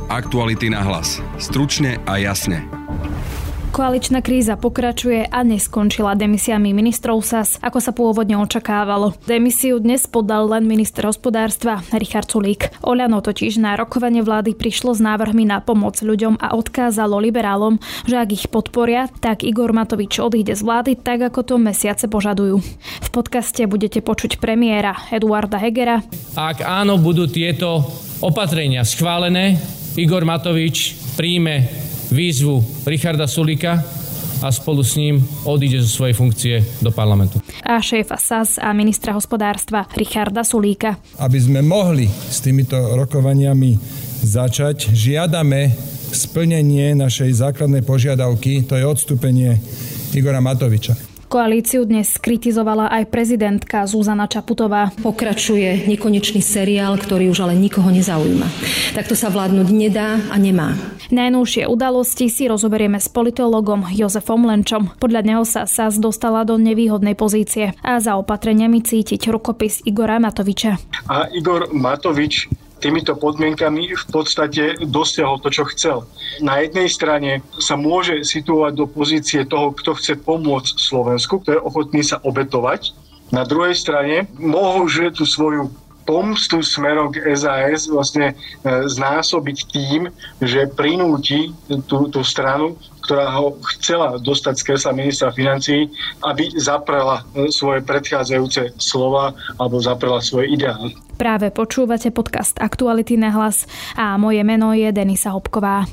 Aktuality na hlas. Stručne a jasne. Koaličná kríza pokračuje a neskončila demisiami ministrov SAS, ako sa pôvodne očakávalo. Demisiu dnes podal len minister hospodárstva Richard Sulík. Oľano totiž na rokovanie vlády prišlo s návrhmi na pomoc ľuďom a odkázalo liberálom, že ak ich podporia, tak Igor Matovič odíde z vlády tak, ako to mesiace požadujú. V podcaste budete počuť premiéra Eduarda Hegera. Ak áno, budú tieto opatrenia schválené, Igor Matovič príjme výzvu Richarda Sulíka a spolu s ním odíde zo svojej funkcie do parlamentu. A šéfa SAS a ministra hospodárstva Richarda Sulíka. Aby sme mohli s týmito rokovaniami začať, žiadame splnenie našej základnej požiadavky, to je odstúpenie Igora Matoviča. Koalíciu dnes kritizovala aj prezidentka Zuzana Čaputová. Pokračuje nekonečný seriál, ktorý už ale nikoho nezaujíma. Takto sa vládnuť nedá a nemá. Najnovšie udalosti si rozoberieme s politologom Jozefom Lenčom. Podľa neho sa SAS dostala do nevýhodnej pozície a za opatreniami cítiť rukopis Igora Matoviča. A Igor Matovič týmito podmienkami v podstate dosiahol to, čo chcel. Na jednej strane sa môže situovať do pozície toho, kto chce pomôcť Slovensku, kto je ochotný sa obetovať. Na druhej strane môže tú svoju pomstu smerom k SAS vlastne znásobiť tým, že prinúti tú stranu, ktorá ho chcela dostať z kresla ministra financií, aby zaprela svoje predchádzajúce slova alebo zaprela svoje ideály. Práve počúvate podcast Aktuality na hlas a moje meno je Denisa Hopková.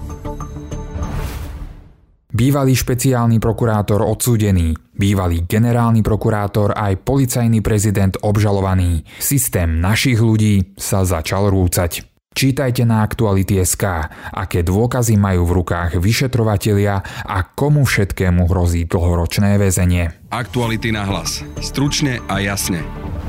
Bývalý špeciálny prokurátor odsúdený, bývalý generálny prokurátor aj policajný prezident obžalovaný. Systém našich ľudí sa začal rúcať. Čítajte na Aktuality.sk, aké dôkazy majú v rukách vyšetrovatelia a komu všetkému hrozí dlhoročné väzenie. Aktuality na hlas. Stručne a jasne.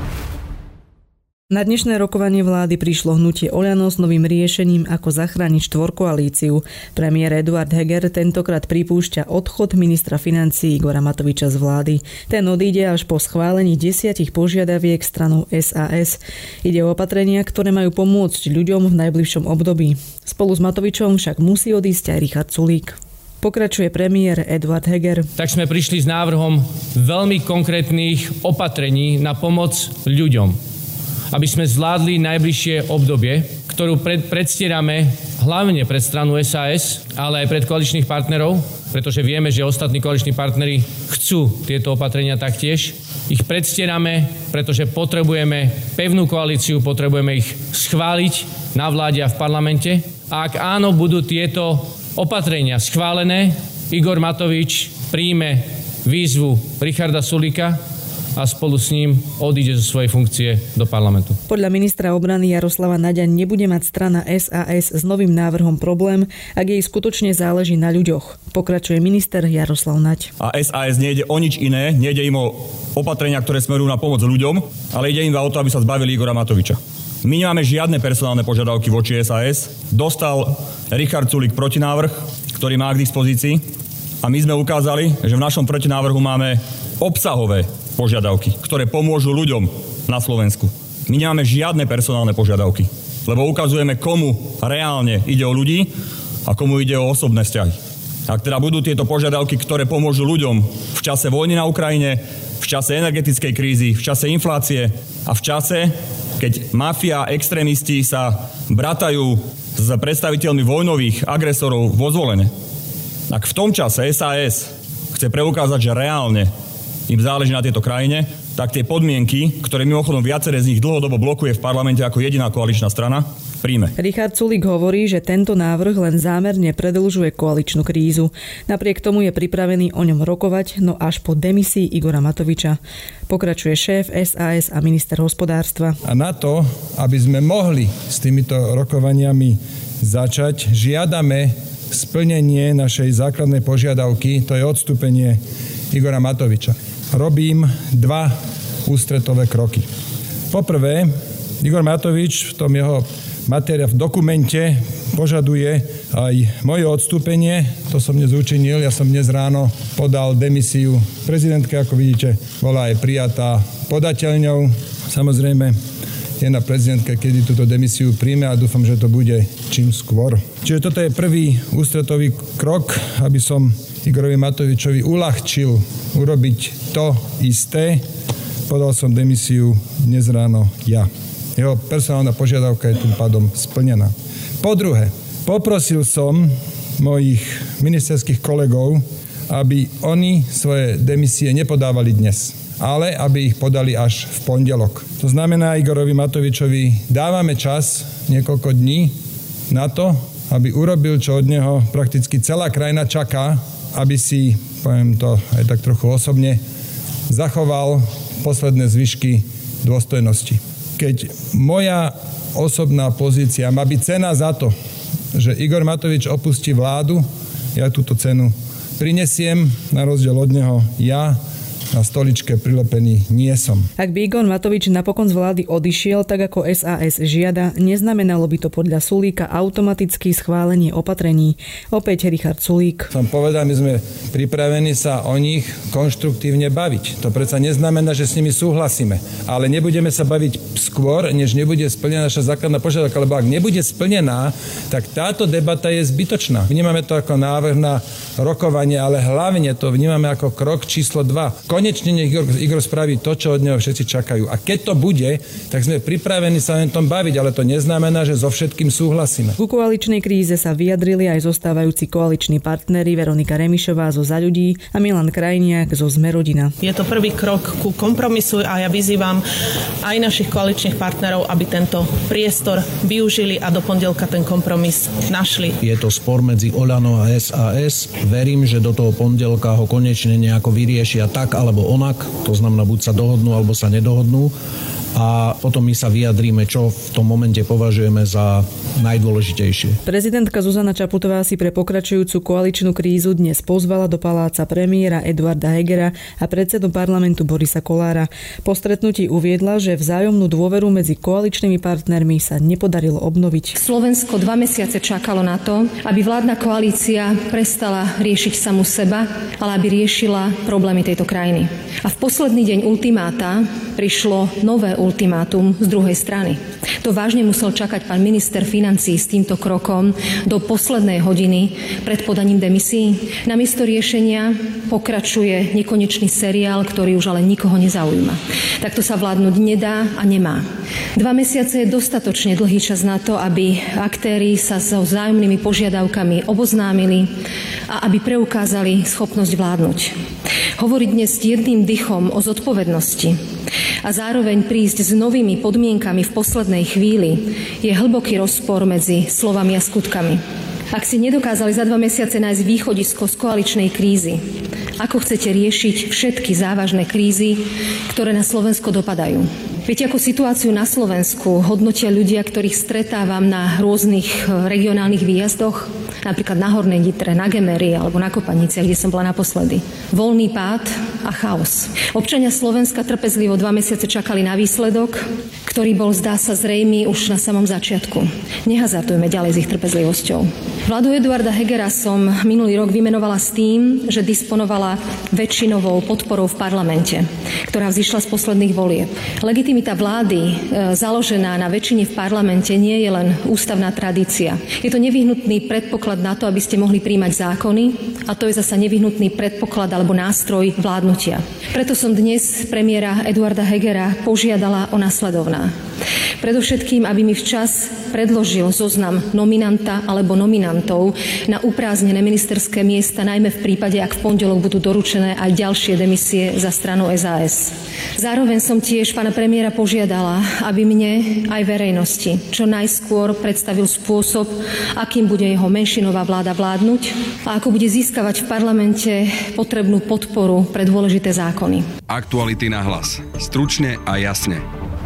Na dnešné rokovanie vlády prišlo hnutie Oľano s novým riešením, ako zachrániť štvorkoalíciu. Premiér Eduard Heger tentokrát pripúšťa odchod ministra financií Igora Matoviča z vlády. Ten odíde až po schválení 10 požiadaviek stranou SAS. Ide o opatrenia, ktoré majú pomôcť ľuďom v najbližšom období. Spolu s Matovičom však musí odísť aj Richard Sulík. Pokračuje premiér Eduard Heger. Tak sme prišli s návrhom veľmi konkrétnych opatrení na pomoc ľuďom, aby sme zvládli najbližšie obdobie, ktorú predstierame hlavne pred stranu SAS, ale aj pred koaličných partnerov, pretože vieme, že ostatní koaliční partneri chcú tieto opatrenia taktiež. Ich predstierame, pretože potrebujeme pevnú koalíciu, potrebujeme ich schváliť na vláde a v parlamente. A ak áno, budú tieto opatrenia schválené, Igor Matovič príjme výzvu Richarda Sulíka a spolu s ním odíde zo svojej funkcie do parlamentu. Podľa ministra obrany Jaroslava Naďa nebude mať strana SAS s novým návrhom problém, ak jej skutočne záleží na ľuďoch. Pokračuje minister Jaroslav Naď. A SAS nejde o nič iné, nejde im o opatrenia, ktoré smerujú na pomoc ľuďom, ale ide im o to, aby sa zbavili Igora Matoviča. My nemáme žiadne personálne požiadavky voči SAS. Dostal Richard Sulík protinávrh, ktorý má k dispozícii, a my sme ukázali, že v našom protinávrhu máme obsahové požiadavky, ktoré pomôžu ľuďom na Slovensku. My nemáme žiadne personálne požiadavky, lebo ukazujeme, komu reálne ide o ľudí a komu ide o osobné vzťahy. Ak teda budú tieto požiadavky, ktoré pomôžu ľuďom v čase vojny na Ukrajine, v čase energetickej krízy, v čase inflácie a v čase, keď mafia a extrémisti sa bratajú s predstaviteľmi vojnových agresorov vo Zvolene, ak v tom čase SAS chce preukázať, že reálne im záleží na tejto krajine, tak tie podmienky, ktoré mimochodom viaceré z nich dlhodobo blokuje v parlamente ako jediná koaličná strana, príjme. Richard Sulík hovorí, že tento návrh len zámerne predĺžuje koaličnú krízu. Napriek tomu je pripravený o ňom rokovať, no až po demisii Igora Matoviča. Pokračuje šéf SAS a minister hospodárstva. A na to, aby sme mohli s týmito rokovaniami začať, žiadame splnenie našej základnej požiadavky, to je odstúpenie Igora Matoviča. Robím 2 ústretové kroky. Poprvé, Igor Matovič v tom jeho v dokumente požaduje aj moje odstúpenie. To som dnes učinil. Ja som dnes ráno podal demisiu prezidentke, ako vidíte, bola aj prijatá podateľňou. Samozrejme, je na prezidentke, kedy túto demisiu príjme a dúfam, že to bude čím skôr. Čiže toto je prvý ústretový krok, aby som Igorovi Matovičovi uľahčil urobiť to isté. Podal som demisiu dnes ráno ja. Jeho personálna požiadavka je tým pádom splnená. Po druhé, poprosil som mojich ministerských kolegov, aby oni svoje demisie nepodávali dnes, ale aby ich podali až v pondelok. To znamená, Igorovi Matovičovi dávame čas, niekoľko dní na to, aby urobil, čo od neho prakticky celá krajina čaká, aby si, poviem to aj tak trochu osobne, zachoval posledné zvyšky dôstojnosti. Keď moja osobná pozícia má byť cena za to, že Igor Matovič opustí vládu, ja túto cenu prinesiem, na rozdiel od neho ja na stoličke prilepený nie som. Ak by Igor Matovič napokon z vlády odišiel, tak ako SAS žiada, neznamenalo by to podľa Sulíka automaticky schválenie opatrení. Opäť Richard Sulík. Som povedal, my sme pripravení sa o nich konštruktívne baviť. To predsa neznamená, že s nimi súhlasíme. Ale nebudeme sa baviť skôr, než nebude splnená naša základná požiadavka, lebo ak nebude splnená, tak táto debata je zbytočná. Vnímame to ako návrh na rokovanie, ale hlavne to vnímame ako krok číslo 2. Konečne nech Igor spraví to, čo od neho všetci čakajú. A keď to bude, tak sme pripravení sa len tom baviť, ale to neznamená, že so všetkým súhlasíme. Ku koaličnej kríze sa vyjadrili aj zostávajúci koaliční partneri Veronika Remišová zo Za ľudí a Milan Krajniak zo Sme rodina. Je to prvý krok ku kompromisu a ja vyzývam aj našich koaličných partnerov, aby tento priestor využili a do pondelka ten kompromis našli. Je to spor medzi Oľano a SAS. Verím, že do toho pondelka ho konečne nejako vyriešia tak alebo onak, to znamená buď sa dohodnú, alebo sa nedohodnú a potom my sa vyjadríme, čo v tom momente považujeme za najdôležitejšie. Prezidentka Zuzana Čaputová si pre pokračujúcu koaličnú krízu dnes pozvala do paláca premiéra Eduarda Hegera a predsedu parlamentu Borisa Kollára. Po stretnutí uviedla, že vzájomnú dôveru medzi koaličnými partnermi sa nepodarilo obnoviť. Slovensko 2 mesiace čakalo na to, aby vládna koalícia prestala riešiť samu seba, ale aby riešila problémy tejto krajiny. A v posledný deň ultimáta prišlo nové ultimátum z druhej strany. To vážne musel čakať pán minister financií s týmto krokom do poslednej hodiny pred podaním demisií. Namiesto riešenia pokračuje nekonečný seriál, ktorý už ale nikoho nezaujíma. Takto sa vládnuť nedá a nemá. 2 mesiace je dostatočne dlhý čas na to, aby aktéri sa so vzájomnými požiadavkami oboznámili a aby preukázali schopnosť vládnuť. Hovoriť dnes jedným dychom o zodpovednosti a zároveň prísť s novými podmienkami v poslednej chvíli je hlboký rozpor medzi slovami a skutkami. Ak si nedokázali za 2 mesiace nájsť východisko z koaličnej krízy, ako chcete riešiť všetky závažné krízy, ktoré na Slovensko dopadajú? Viete, ako situáciu na Slovensku hodnotia ľudia, ktorých stretávam na rôznych regionálnych výjazdoch, napríklad na Hornej Nitre, na Gemery alebo na Kopaniciach, kde som bola naposledy. Voľný pád a chaos. Občania Slovenska trpezlivo 2 mesiace čakali na výsledok, ktorý bol, zdá sa, zrejmý už na samom začiatku. Nehazardujme ďalej s ich trpezlivosťou. Vládu Eduarda Hegera som minulý rok vymenovala s tým, že disponovala väčšinovou podporou v parlamente, ktorá vzýšla z posledných volieb. Legitimita vlády založená na väčšine v parlamente nie je len ústavná tradícia. Je to nevyhnutný predpoklad na to, aby ste mohli príjmať zákony, a to je zasa nevyhnutný predpoklad alebo nástroj vládnutia. Preto som dnes premiéra Eduarda Hegera požiadala o nasledovné. Predovšetkým, aby mi včas predložil zoznam nominanta alebo nominantov na uprázdnené ministerské miesta, najmä v prípade, ak v pondelok budú doručené aj ďalšie demisie za stranu SAS. Zároveň som tiež pána premiéra požiadala, aby mne aj verejnosti čo najskôr predstavil spôsob, akým bude jeho menšinová vláda vládnuť a ako bude získavať v parlamente potrebnú podporu pre dôležité zákony. Aktuality na hlas. Stručne a jasne.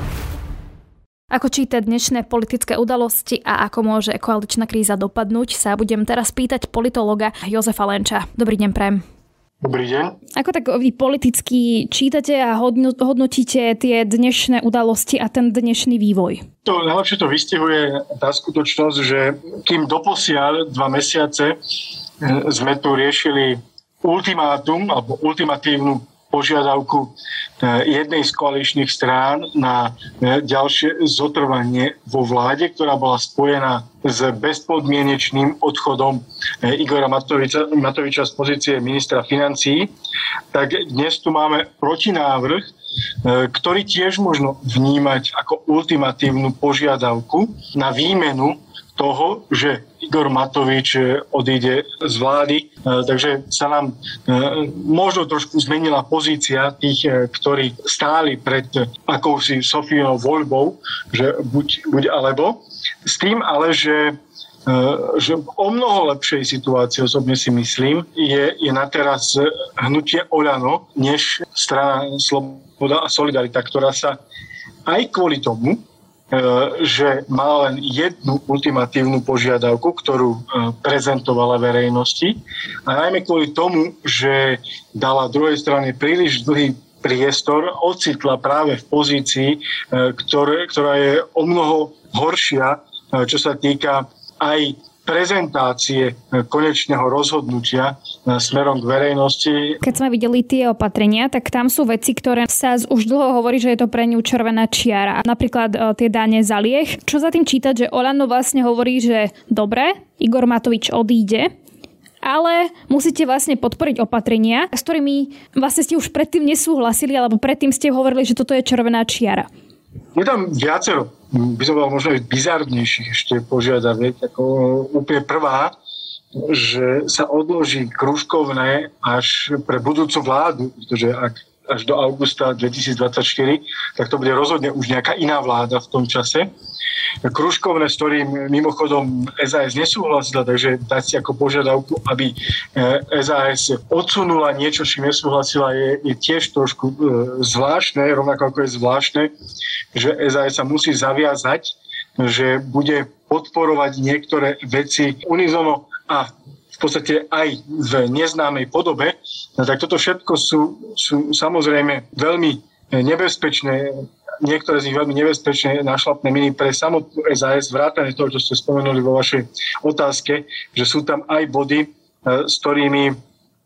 Ako číta dnešné politické udalosti a ako môže koaličná kríza dopadnúť, sa budem teraz pýtať politologa Jozefa Lenča. Dobrý deň, prajem. Dobrý deň. Ako tak vy politicky čítate a hodnotíte tie dnešné udalosti a ten dnešný vývoj? To najlepšie to vystihuje tá skutočnosť, že kým doposiaľ 2 mesiace sme tu riešili ultimátum alebo ultimatívnu požiadavku jednej z koaličných strán na ďalšie zotrvanie vo vláde, ktorá bola spojená s bezpodmienečným odchodom Igora Matoviča z pozície ministra financií, tak dnes tu máme protinávrh, ktorý tiež možno vnímať ako ultimatívnu požiadavku na výmenu toho, že Igor Matovič odíde z vlády. Takže sa nám možno trošku zmenila pozícia tých, ktorí stáli pred akousi Sofínou voľbou, že buď alebo. S tým ale, že o mnoho lepšej situácii, osobne si myslím, je na teraz hnutie Oľano, než strana Sloboda a Solidarita, ktorá sa aj kvôli tomu, že má len jednu ultimatívnu požiadavku, ktorú prezentovala verejnosti, a najmä kvôli tomu, že dala druhej strane príliš dlhý priestor, ocitla práve v pozícii, ktorá je o mnoho horšia, čo sa týka aj prezentácie konečného rozhodnutia smerom k verejnosti. Keď sme videli tie opatrenia, tak tam sú veci, ktoré sa už dlho hovorí, že je to pre ňu červená čiara. Napríklad tie dane za lieh. Čo za tým čítať, že Oľano vlastne hovorí, že dobre, Igor Matovič odíde, ale musíte vlastne podporiť opatrenia, s ktorými vlastne ste už predtým nesúhlasili, alebo predtým ste hovorili, že toto je červená čiara. Je tam viacero, by som bol možno bizarnejších ešte požiadaviek, ako úplne prvá, že sa odloží krúžkovné až pre budúcu vládu, pretože ak až do augusta 2024, tak to bude rozhodne už nejaká iná vláda v tom čase. Krúžkovné, s ktorým mimochodom SAS nesúhlasila, takže dať si ako požiadavku, aby SAS odsunula niečo, čím nesúhlasila, je tiež trošku zvláštne, rovnako ako je zvláštne, že SAS sa musí zaviazať, že bude podporovať niektoré veci unizono a v podstate aj v neznámej podobe. No, tak toto všetko sú samozrejme veľmi nebezpečné, niektoré z nich veľmi nebezpečné našlapné miny pre samotnú SAS, vrátane toho, čo ste spomenuli vo vašej otázke, že sú tam aj body, s ktorými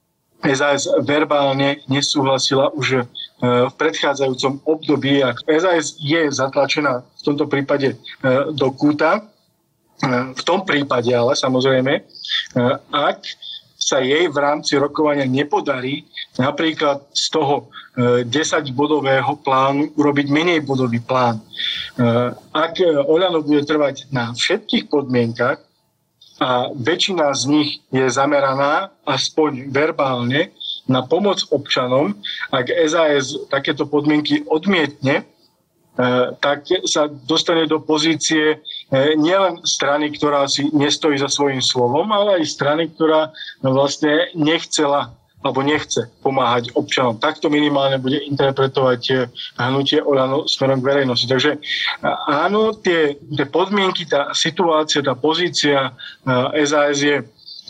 SAS verbálne nesúhlasila už v predchádzajúcom období. A SAS je zatlačená v tomto prípade do kúta. V tom prípade ale samozrejme, ak sa jej v rámci rokovania nepodarí napríklad z toho 10-bodového plánu urobiť menej bodový plán. Ak Oľano bude trvať na všetkých podmienkach a väčšina z nich je zameraná aspoň verbálne na pomoc občanom, ak SAS takéto podmienky odmietne, tak sa dostane do pozície nielen strany, ktorá si nestojí za svojím slovom, ale aj strany, ktorá vlastne nechcela alebo nechce pomáhať občanom. Takto minimálne bude interpretovať hnutie Oľano smerom k verejnosti. Takže áno, tie podmienky, tá situácia, tá pozícia SAS je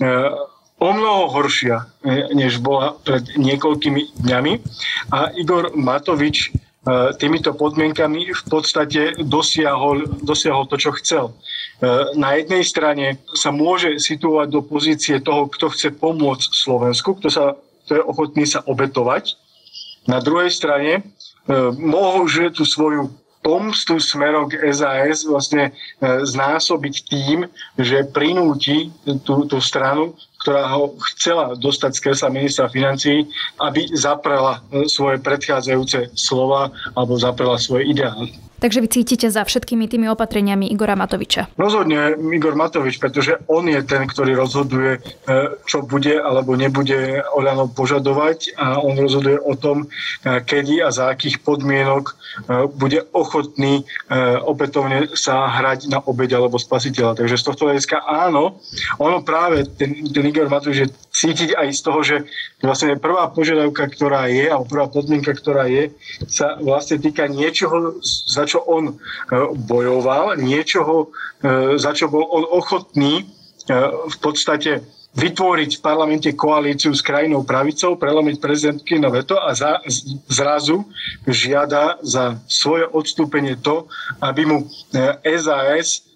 o mnoho horšia, než bola pred niekoľkými dňami. A Igor Matovič týmito podmienkami v podstate dosiahol to, čo chcel. Na jednej strane sa môže situovať do pozície toho, kto chce pomôcť Slovensku, kto je ochotný sa obetovať. Na druhej strane môže tú svoju pomstu smerom k SAS vlastne znásobiť tým, že prinúti tú stranu, ktorá ho chcela dostať z kresla ministra financií, aby zaprela svoje predchádzajúce slova alebo zaprela svoje ideály. Takže vy cítite za všetkými tými opatreniami Igora Matoviča? Rozhodne Igor Matovič, pretože on je ten, ktorý rozhoduje, čo bude alebo nebude Oľano požadovať, a on rozhoduje o tom, kedy a za akých podmienok bude ochotný opätovne sa hrať na obeť alebo spasiteľa. Takže z tohto hľadiska áno, ono práve ten Igor Matovič je cítiť aj z toho, že vlastne prvá požiadavka, ktorá je, alebo prvá podmienka, ktorá je, sa vlastne týka niečoho, za čo on bojoval, niečoho, za čo bol on ochotný v podstate vytvoriť v parlamente koalíciu s krajnou pravicou, prelomiť prezidentky na veto a zrazu žiada za svoje odstúpenie to, aby mu SAS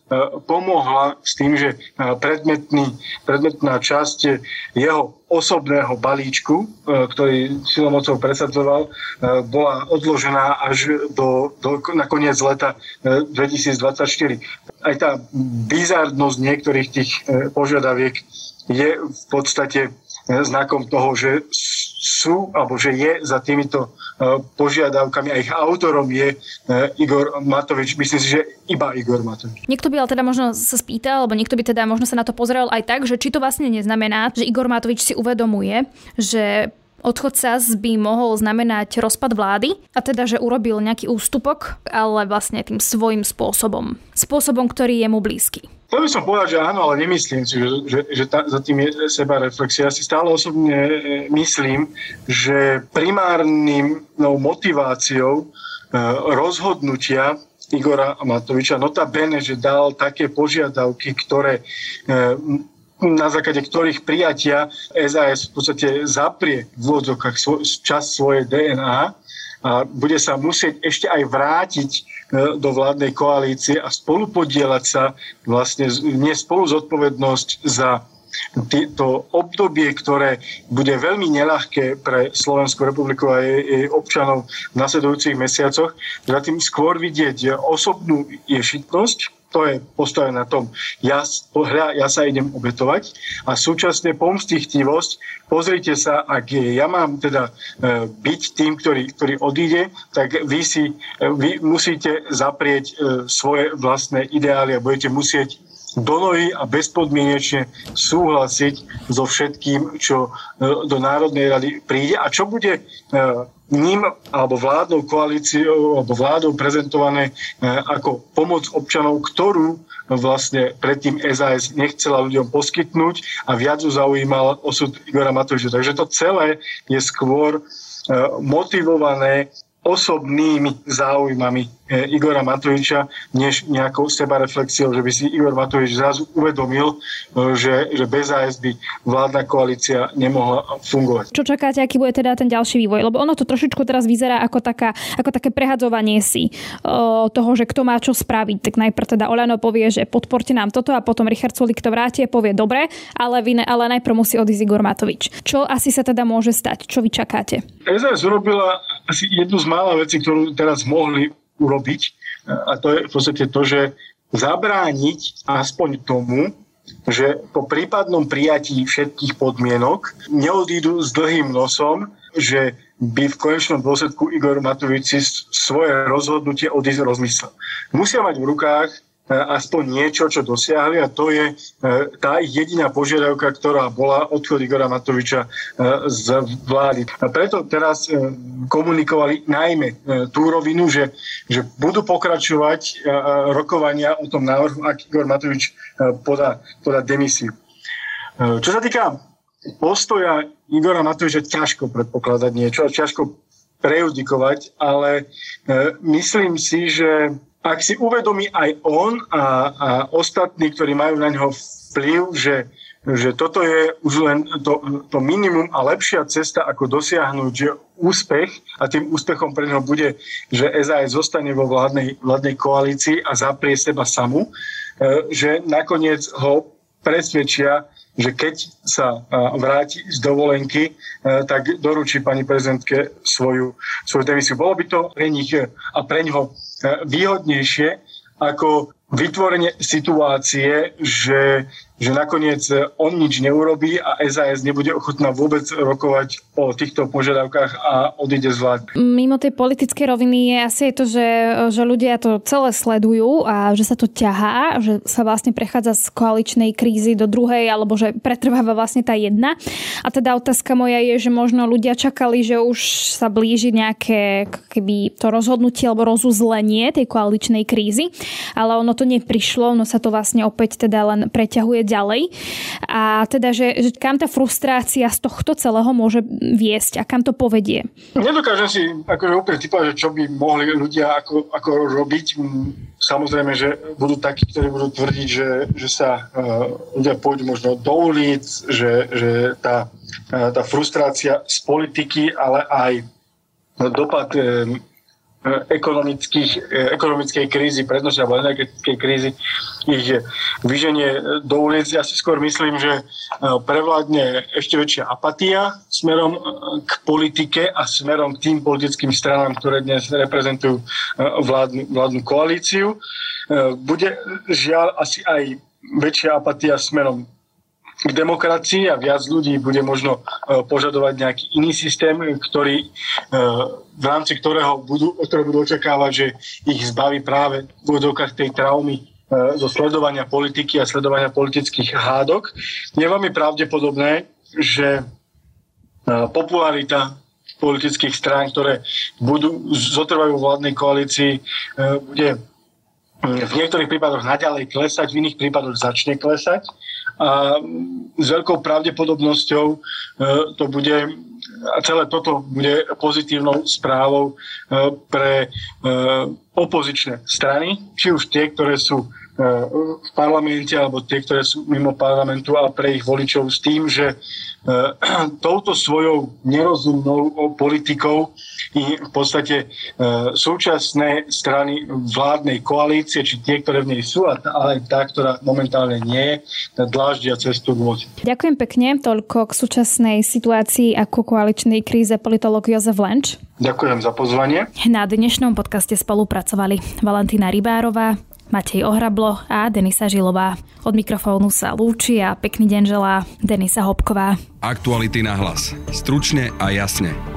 pomohla s tým, že predmetná časť jeho osobného balíčku, ktorý silomocou presadzoval, bola odložená až na koniec leta 2024. Aj tá bizarnosť niektorých tých požiadaviek je v podstate znakom toho, že sú, alebo že je za týmito požiadavkami a ich autorom je Igor Matovič. Myslím si, že iba Igor Matovič. Niekto by ale teda možno sa spýtal, alebo niekto by teda možno sa na to pozrel aj tak, že či to vlastne neznamená, že Igor Matovič si uvedomuje, že odchod SAS by mohol znamenať rozpad vlády a teda, že urobil nejaký ústupok, ale vlastne tým svojím spôsobom. Spôsobom, ktorý je mu blízky. To by som povedal, že áno, ale nemyslím si, že za tým je sebareflexia. Ja si stále osobne myslím, že primárnym motiváciou rozhodnutia Igora Matoviča, notabene, že dal také požiadavky, ktoré na základe ktorých prijatia SAS v podstate zaprie v úvodzovkách časť svojej DNA a bude sa musieť ešte aj vrátiť do vládnej koalície a spolupodieľať sa vlastne, nie spolu zodpovednosť za to obdobie, ktoré bude veľmi neľahké pre Slovenskú republiku a jej občanov v nasledujúcich mesiacoch. Za tým skôr vidieť osobnú ješitnosť, to je postavené na tom, ja sa idem obetovať a súčasne pomstichtivosť. Pozrite sa, ak ja mám teda byť tým, ktorý odíde, tak vy musíte zaprieť svoje vlastné ideály a budete musieť do nohy a bezpodmienečne súhlasiť so všetkým, čo do Národnej rady príde a čo bude ním alebo vládnou koalíciou alebo vládou prezentované ako pomoc občanov, ktorú vlastne predtým SAS nechcela ľuďom poskytnúť a viac ju zaujímal osud Igora Matoviča. Takže to celé je skôr motivované osobnými záujmami Igora Matoviča, než nejakou sebareflexiou, že by si Igor Matovič zrazu uvedomil, že bez SAS by vládna koalícia nemohla fungovať. Čo čakáte, aký bude teda ten ďalší vývoj? Lebo ono to trošičku teraz vyzerá ako také prehadzovanie si toho, že kto má čo spraviť. Tak najprv teda Oľano povie, že podporte nám toto a potom Richard Sulík to vráti a povie dobre, ale najprv musí odísť Igor Matovič. Čo asi sa teda môže stať? Čo vy čakáte? SAS urobila asi jednu z mála vecí, ktorú teraz mohli urobiť. A to je v podstate to, že zabrániť aspoň tomu, že po prípadnom prijatí všetkých podmienok neodídu s dlhým nosom, že by v konečnom dôsledku Igor Matovič si svoje rozhodnutie odísť rozmyslel. Musia mať v rukách aspoň niečo, čo dosiahli a to je tá jediná požiadavka, ktorá bola odchod Igora Matoviča z vlády. A preto teraz komunikovali najmä tú rovinu, že budú pokračovať rokovania o tom návrhu, ak Igor Matovič podá demisiu. Čo sa týka postoja Igora Matoviča, ťažko predpokladať niečo a ťažko prejudikovať, ale myslím si, že ak si uvedomí aj on a ostatní, ktorí majú na ňo vplyv, že toto je už len to minimum a lepšia cesta, ako dosiahnuť úspech a tým úspechom pre neho bude, že SAS zostane vo vládnej koalícii a zaprie seba samu, že nakoniec ho presvedčia, že keď sa vráti z dovolenky, tak doručí pani prezidentke svoju demisiu. Bolo by to pre nich a pre ňoho výhodnejšie ako vytvorenie situácie, že nakoniec on nič neurobí a SAS nebude ochotná vôbec rokovať o týchto požiadavkách a odíde z vlády. Mimo tej politickej roviny je asi to, že ľudia to celé sledujú a že sa to ťahá, že sa vlastne prechádza z koaličnej krízy do druhej, alebo že pretrváva vlastne tá jedna. A teda otázka moja je, že možno ľudia čakali, že už sa blíži nejaké keby to rozhodnutie alebo rozuzlenie tej koaličnej krízy, ale ono to neprišlo, ono sa to vlastne opäť teda len preťahuje ďalej. A teda, že kam tá frustrácia z tohto celého môže viesť a kam to povedie? Nedokážem si úplne typovať, že čo by mohli ľudia ako robiť. Samozrejme, že budú takí, ktorí budú tvrdiť, že sa ľudia pôjdu možno do ulic, že tá frustrácia z politiky, ale aj dopad ekonomickej krízy, prednosti alebo energetickej krízy ich vyženie do ulic. Ja si skôr myslím, že prevládne ešte väčšia apatia smerom k politike a smerom k tým politickým stranám, ktoré dnes reprezentujú vládnu koalíciu. Bude žiaľ asi aj väčšia apatia smerom k demokracii a viac ľudí bude možno požadovať nejaký iný systém, v rámci ktorého budú očakávať, že ich zbaví práve v úvodzovkách tej traumy zo sledovania politiky a sledovania politických hádok. Je veľmi pravdepodobné, že popularita politických strán, ktoré zotrvajú v vládnej koalícii, bude v niektorých prípadoch naďalej klesať, v iných prípadoch začne klesať. A s veľkou pravdepodobnosťou celé toto bude pozitívnou správou pre opozičné strany, či už tie, ktoré sú v parlamente, alebo tie, ktoré sú mimo parlamentu, a pre ich voličov s tým, že touto svojou nerozumnou politikou i v podstate súčasné strany vládnej koalície, či tie, ktoré v nej sú, ale aj tá, ktorá momentálne nie je, dláždia cestu k moci. Ďakujem pekne. Toľko k súčasnej situácii ako koaličnej kríze politológ Jozef Lenč. Ďakujem za pozvanie. Na dnešnom podcaste spolupracovali Valentína Rybárová, Matej Ohrablo a Denisa Žilová. Od mikrofónu sa lúči a pekný deň želá Denisa Hopková. Aktuality na hlas. Stručne a jasne.